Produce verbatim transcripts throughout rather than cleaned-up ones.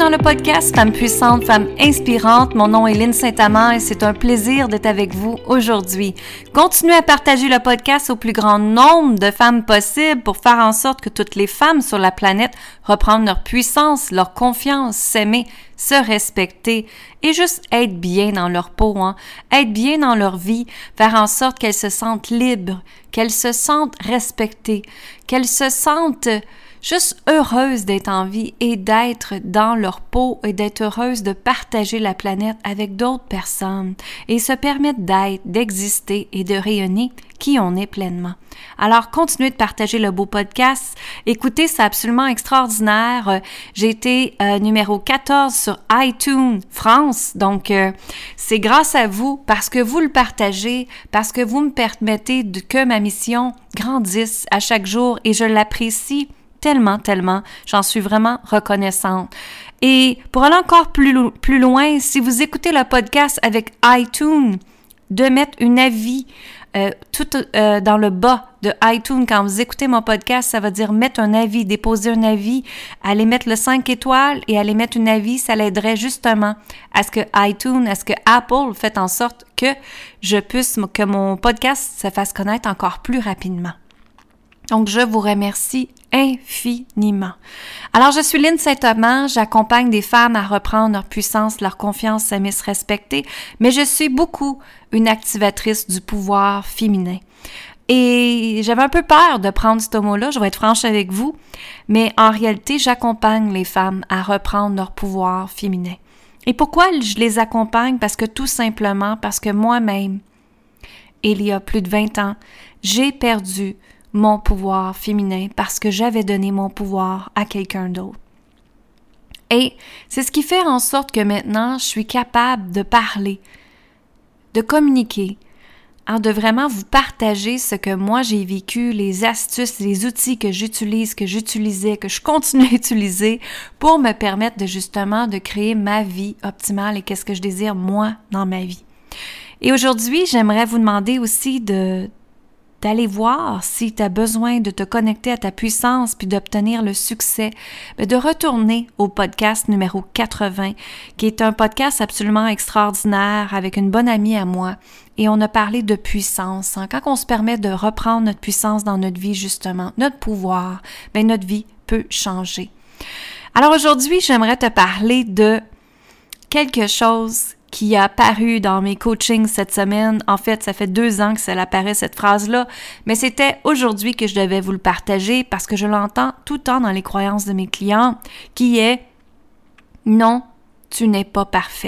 dans le podcast Femmes puissantes, femmes inspirantes. Mon nom est Lynne Saint-Amand et c'est un plaisir d'être avec vous aujourd'hui. Continuez à partager le podcast au plus grand nombre de femmes possible pour faire en sorte que toutes les femmes sur la planète reprennent leur puissance, leur confiance, s'aimer, se respecter et juste être bien dans leur peau, hein? Être bien dans leur vie, faire en sorte qu'elles se sentent libres, qu'elles se sentent respectées, qu'elles se sentent juste heureuses d'être en vie et d'être dans leur peau et d'être heureuses de partager la planète avec d'autres personnes et se permettre d'être, d'exister et de rayonner qui on est pleinement. Alors, continuez de partager le beau podcast. Écoutez, c'est absolument extraordinaire. J'ai été euh, numéro quatorze sur iTunes France, donc euh, c'est grâce à vous, parce que vous le partagez, parce que vous me permettez de, que ma mission grandisse à chaque jour et je l'apprécie tellement, tellement. J'en suis vraiment reconnaissante. Et pour aller encore plus, lo- plus loin, si vous écoutez le podcast avec iTunes, de mettre un avis euh, tout euh, dans le bas de iTunes. Quand vous écoutez mon podcast, ça veut dire mettre un avis, déposer un avis, aller mettre le cinq étoiles et aller mettre un avis, ça l'aiderait justement à ce que iTunes, à ce que Apple fait en sorte que je puisse, que mon podcast se fasse connaître encore plus rapidement. Donc, je vous remercie infiniment. Alors, je suis Lynne Saint-Amand, j'accompagne des femmes à reprendre leur puissance, leur confiance, s'aimer, se respecter, mais je suis beaucoup une activatrice du pouvoir féminin. Et j'avais un peu peur de prendre ce mot-là, je vais être franche avec vous, mais en réalité, j'accompagne les femmes à reprendre leur pouvoir féminin. Et pourquoi je les accompagne? Parce que tout simplement, parce que moi-même, il y a plus de vingt ans, j'ai perdu mon pouvoir féminin parce que j'avais donné mon pouvoir à quelqu'un d'autre. Et c'est ce qui fait en sorte que maintenant, je suis capable de parler, de communiquer, hein, de vraiment vous partager ce que moi j'ai vécu, les astuces, les outils que j'utilise, que j'utilisais, que je continue à utiliser pour me permettre de justement de créer ma vie optimale et qu'est-ce que je désire moi dans ma vie. Et aujourd'hui, j'aimerais vous demander aussi de d'aller voir si tu as besoin de te connecter à ta puissance puis d'obtenir le succès, de retourner au podcast numéro quatre-vingts, qui est un podcast absolument extraordinaire avec une bonne amie à moi. Et on a parlé de puissance. Hein? Quand on se permet de reprendre notre puissance dans notre vie, justement, notre pouvoir, bien, notre vie peut changer. Alors aujourd'hui, j'aimerais te parler de quelque chose qui a apparu dans mes coachings cette semaine. En fait, ça fait deux ans que ça apparaît, cette phrase-là, mais c'était aujourd'hui que je devais vous le partager parce que je l'entends tout le temps dans les croyances de mes clients, qui est « Non, tu n'es pas parfaite ».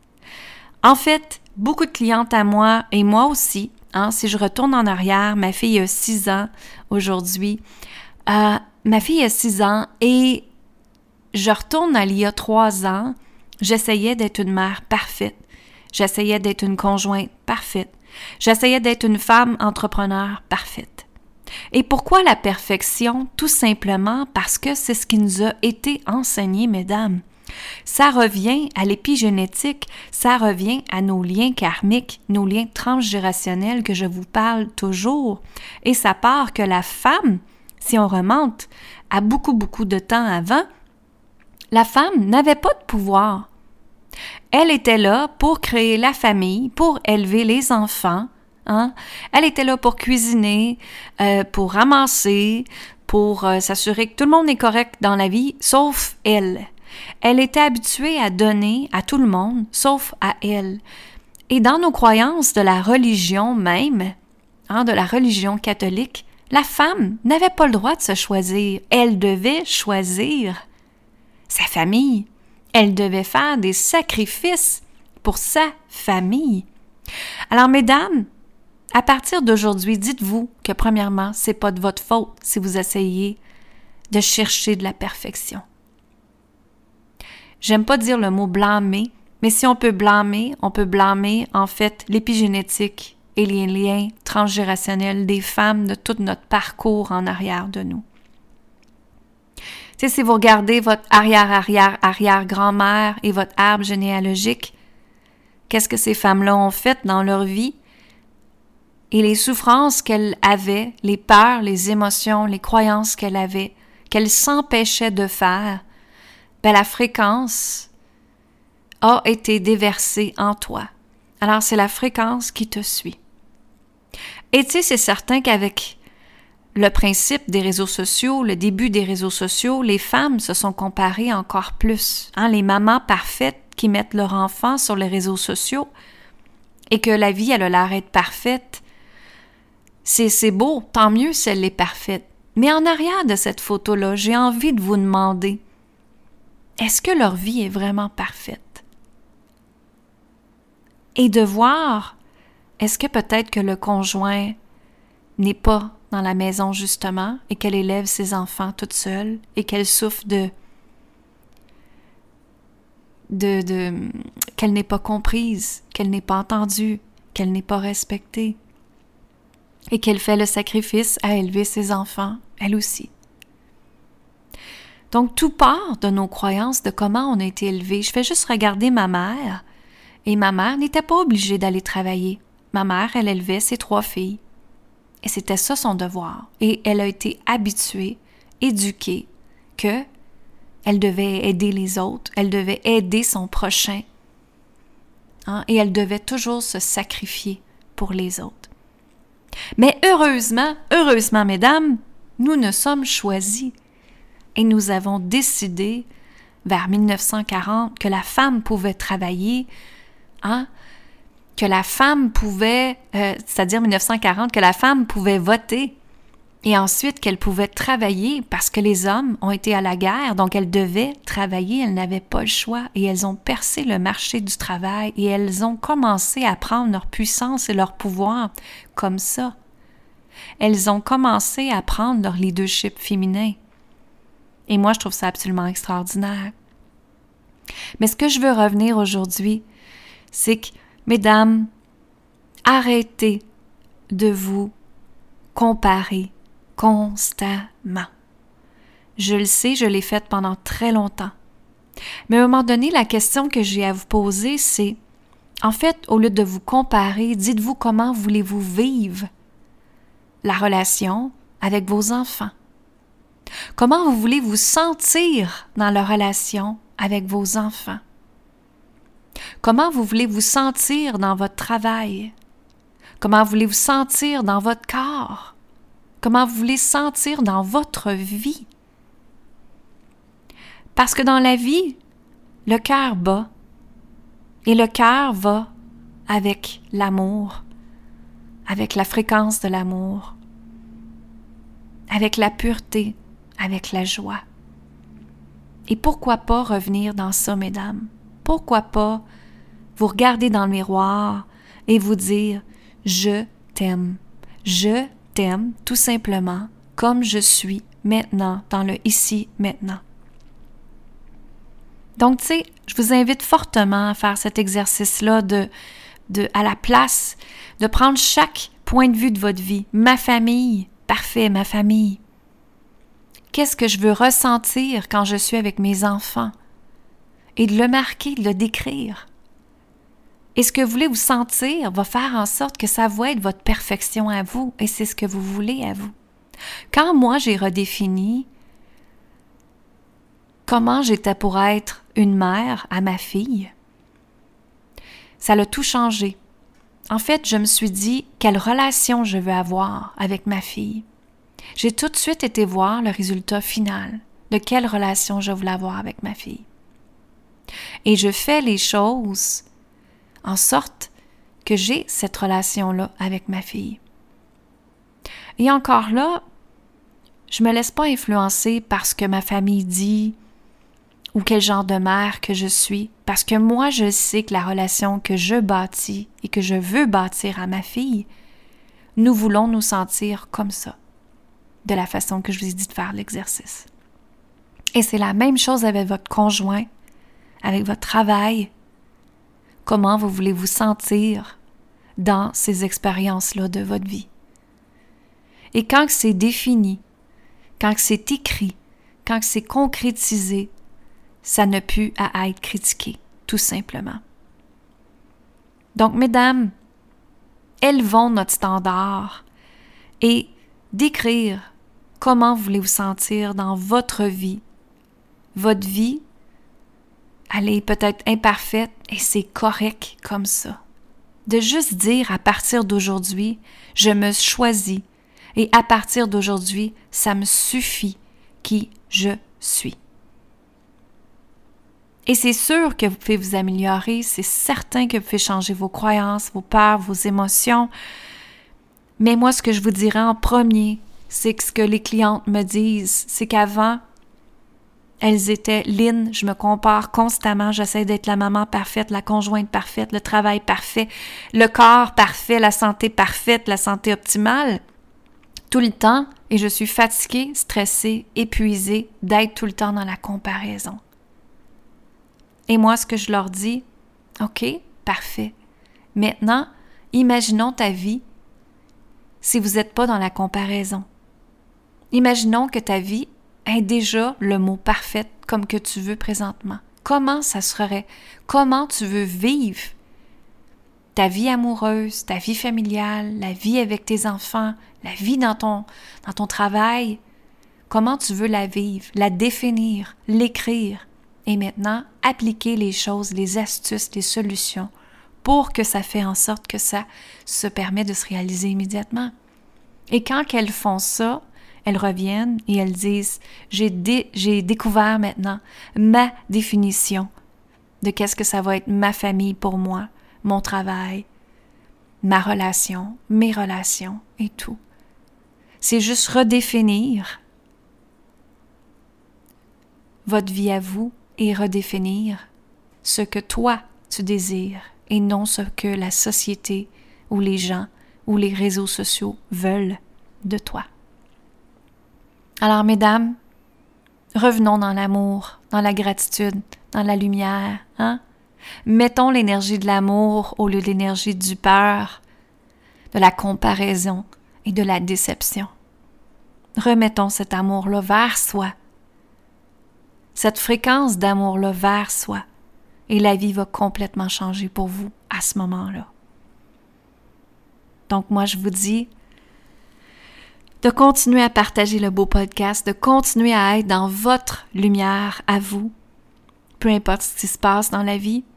En fait, beaucoup de clientes à moi, et moi aussi, hein, si je retourne en arrière, ma fille a six ans aujourd'hui, euh, ma fille a six ans et je retourne à il y a trois ans. J'essayais d'être une mère parfaite. J'essayais d'être une conjointe parfaite. J'essayais d'être une femme entrepreneur parfaite. Et pourquoi la perfection? Tout simplement parce que c'est ce qui nous a été enseigné, mesdames. Ça revient à l'épigénétique, ça revient à nos liens karmiques, nos liens transgénérationnels que je vous parle toujours. Et ça part que la femme, si on remonte à beaucoup, beaucoup de temps avant, la femme n'avait pas de pouvoir. Elle était là pour créer la famille, pour élever les enfants. Hein? Elle était là pour cuisiner, euh, pour ramasser, pour euh, s'assurer que tout le monde est correct dans la vie, sauf elle. Elle était habituée à donner à tout le monde, sauf à elle. Et dans nos croyances de la religion même, hein, de la religion catholique, la femme n'avait pas le droit de se choisir. Elle devait choisir sa famille. Elle devait faire des sacrifices pour sa famille. Alors, mesdames, à partir d'aujourd'hui, dites-vous que premièrement, c'est pas de votre faute si vous essayez de chercher de la perfection. J'aime pas dire le mot blâmer, mais si on peut blâmer, on peut blâmer en fait l'épigénétique et les liens transgénérationnels des femmes de tout notre parcours en arrière de nous. Tu sais, si vous regardez votre arrière-arrière-arrière-grand-mère et votre arbre généalogique, qu'est-ce que ces femmes-là ont fait dans leur vie? Et les souffrances qu'elles avaient, les peurs, les émotions, les croyances qu'elles avaient, qu'elles s'empêchaient de faire, ben la fréquence a été déversée en toi. Alors, c'est la fréquence qui te suit. Et tu sais, c'est certain qu'avec le principe des réseaux sociaux, le début des réseaux sociaux, les femmes se sont comparées encore plus. Hein? Les mamans parfaites qui mettent leur enfant sur les réseaux sociaux et que la vie, elle a l'air d'être parfaite. C'est, c'est beau, tant mieux si elle est parfaite. Mais en arrière de cette photo-là, j'ai envie de vous demander, est-ce que leur vie est vraiment parfaite? Et de voir, est-ce que peut-être que le conjoint n'est pas dans la maison justement et qu'elle élève ses enfants toute seule et qu'elle souffre de, de, de qu'elle n'est pas comprise, qu'elle n'est pas entendue, qu'elle n'est pas respectée et qu'elle fait le sacrifice à élever ses enfants, elle aussi. Donc tout part de nos croyances, de comment on a été élevé. Je fais juste regarder ma mère et ma mère n'était pas obligée d'aller travailler. Ma mère, elle élevait ses trois filles. Et c'était ça son devoir. Et elle a été habituée, éduquée, que elle devait aider les autres, elle devait aider son prochain. Hein? Et elle devait toujours se sacrifier pour les autres. Mais heureusement, heureusement, mesdames, nous ne sommes choisis. Et nous avons décidé, vers mille neuf cent quarante, que la femme pouvait travailler, hein? que la femme pouvait, euh, c'est-à-dire mille neuf cent quarante, que la femme pouvait voter et ensuite qu'elle pouvait travailler parce que les hommes ont été à la guerre, donc elles devaient travailler, elles n'avaient pas le choix et elles ont percé le marché du travail et elles ont commencé à prendre leur puissance et leur pouvoir comme ça. Elles ont commencé à prendre leur leadership féminin. Et moi, je trouve ça absolument extraordinaire. Mais ce que je veux revenir aujourd'hui, c'est que mesdames, arrêtez de vous comparer constamment. Je le sais, je l'ai fait pendant très longtemps. Mais à un moment donné, la question que j'ai à vous poser, c'est, en fait, au lieu de vous comparer, dites-vous comment voulez-vous vivre la relation avec vos enfants. Comment vous voulez vous sentir dans la relation avec vos enfants? Comment vous voulez vous sentir dans votre travail? Comment voulez-vous sentir dans votre corps? Comment vous voulez sentir dans votre vie? Parce que dans la vie, le cœur bat et le cœur va avec l'amour, avec la fréquence de l'amour, avec la pureté, avec la joie. Et pourquoi pas revenir dans ça, mesdames? Pourquoi pas vous regarder dans le miroir et vous dire « Je t'aime. Je t'aime tout simplement comme je suis maintenant, dans le ici, maintenant. » Donc, tu sais, je vous invite fortement à faire cet exercice-là de, de, à la place de prendre chaque point de vue de votre vie. Ma famille, parfait, ma famille. Qu'est-ce que je veux ressentir quand je suis avec mes enfants? Et de le marquer, de le décrire. Et ce que vous voulez vous sentir va faire en sorte que ça va être votre perfection à vous, et c'est ce que vous voulez à vous. Quand moi, j'ai redéfini comment j'étais pour être une mère à ma fille, ça l'a tout changé. En fait, je me suis dit, quelle relation je veux avoir avec ma fille? J'ai tout de suite été voir le résultat final de quelle relation je voulais avoir avec ma fille. Et je fais les choses en sorte que j'ai cette relation-là avec ma fille. Et encore là, je me laisse pas influencer par ce que ma famille dit ou quel genre de mère que je suis, parce que moi, je sais que la relation que je bâtis et que je veux bâtir à ma fille, nous voulons nous sentir comme ça, de la façon que je vous ai dit de faire l'exercice. Et c'est la même chose avec votre conjoint, avec votre travail. Comment vous voulez vous sentir dans ces expériences-là de votre vie? Et quand c'est défini, quand c'est écrit, quand c'est concrétisé, ça n'a plus à être critiqué, tout simplement. Donc, mesdames, élevons notre standard et décrire comment vous voulez vous sentir dans votre vie. Votre vie Elle est peut-être imparfaite et c'est correct comme ça. De juste dire à partir d'aujourd'hui, je me choisis et à partir d'aujourd'hui, ça me suffit qui je suis. Et c'est sûr que vous pouvez vous améliorer, c'est certain que vous pouvez changer vos croyances, vos peurs, vos émotions. Mais moi, ce que je vous dirais en premier, c'est que ce que les clientes me disent, c'est qu'avant, elles étaient « Lynn, je me compare constamment, j'essaie d'être la maman parfaite, la conjointe parfaite, le travail parfait, le corps parfait, la santé parfaite, la santé optimale, tout le temps, et je suis fatiguée, stressée, épuisée d'être tout le temps dans la comparaison. » Et moi, ce que je leur dis, « OK, parfait. Maintenant, imaginons ta vie si vous n'êtes pas dans la comparaison. Imaginons que ta vie ait déjà le mot parfait comme que tu veux présentement. Comment ça serait? Comment tu veux vivre ta vie amoureuse, ta vie familiale, la vie avec tes enfants, la vie dans ton, dans ton travail? Comment tu veux la vivre, la définir, l'écrire? Et maintenant, appliquer les choses, les astuces, les solutions pour que ça fait en sorte que ça se permet de se réaliser immédiatement. Et quand elles font ça, elles reviennent et elles disent « J'ai dé- j'ai découvert maintenant ma définition de qu'est-ce que ça va être ma famille pour moi, mon travail, ma relation, mes relations et tout. » C'est juste redéfinir votre vie à vous et redéfinir ce que toi tu désires et non ce que la société ou les gens ou les réseaux sociaux veulent de toi. Alors, mesdames, revenons dans l'amour, dans la gratitude, dans la lumière, hein? Mettons l'énergie de l'amour au lieu de l'énergie du peur, de la comparaison et de la déception. Remettons cet amour-là vers soi, cette fréquence d'amour-là vers soi, et la vie va complètement changer pour vous à ce moment-là. Donc moi, je vous dis de continuer à partager le beau podcast, de continuer à être dans votre lumière à vous, peu importe ce qui se passe dans la vie.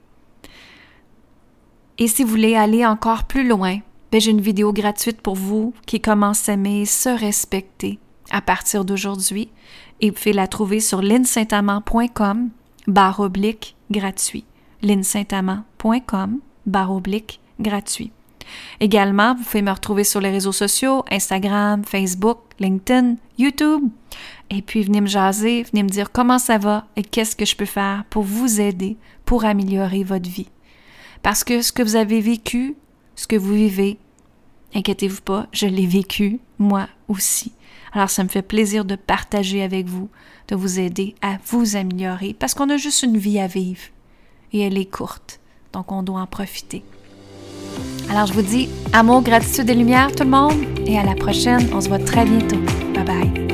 Et si vous voulez aller encore plus loin, ben j'ai une vidéo gratuite pour vous qui est comment s'aimer, se respecter à partir d'aujourd'hui. Et vous pouvez la trouver sur linsaintamant.com barre oblique gratuit. linsaintamant.com barre oblique gratuit. Également, vous pouvez me retrouver sur les réseaux sociaux, Instagram, Facebook, LinkedIn, YouTube. Et puis, venez me jaser, venez me dire comment ça va et qu'est-ce que je peux faire pour vous aider, pour améliorer votre vie. Parce que ce que vous avez vécu, ce que vous vivez, inquiétez-vous pas, je l'ai vécu, moi aussi. Alors, ça me fait plaisir de partager avec vous, de vous aider à vous améliorer, parce qu'on a juste une vie à vivre et elle est courte, donc on doit en profiter. Alors, je vous dis amour, gratitude et lumière, tout le monde, et à la prochaine. On se voit très bientôt. Bye bye.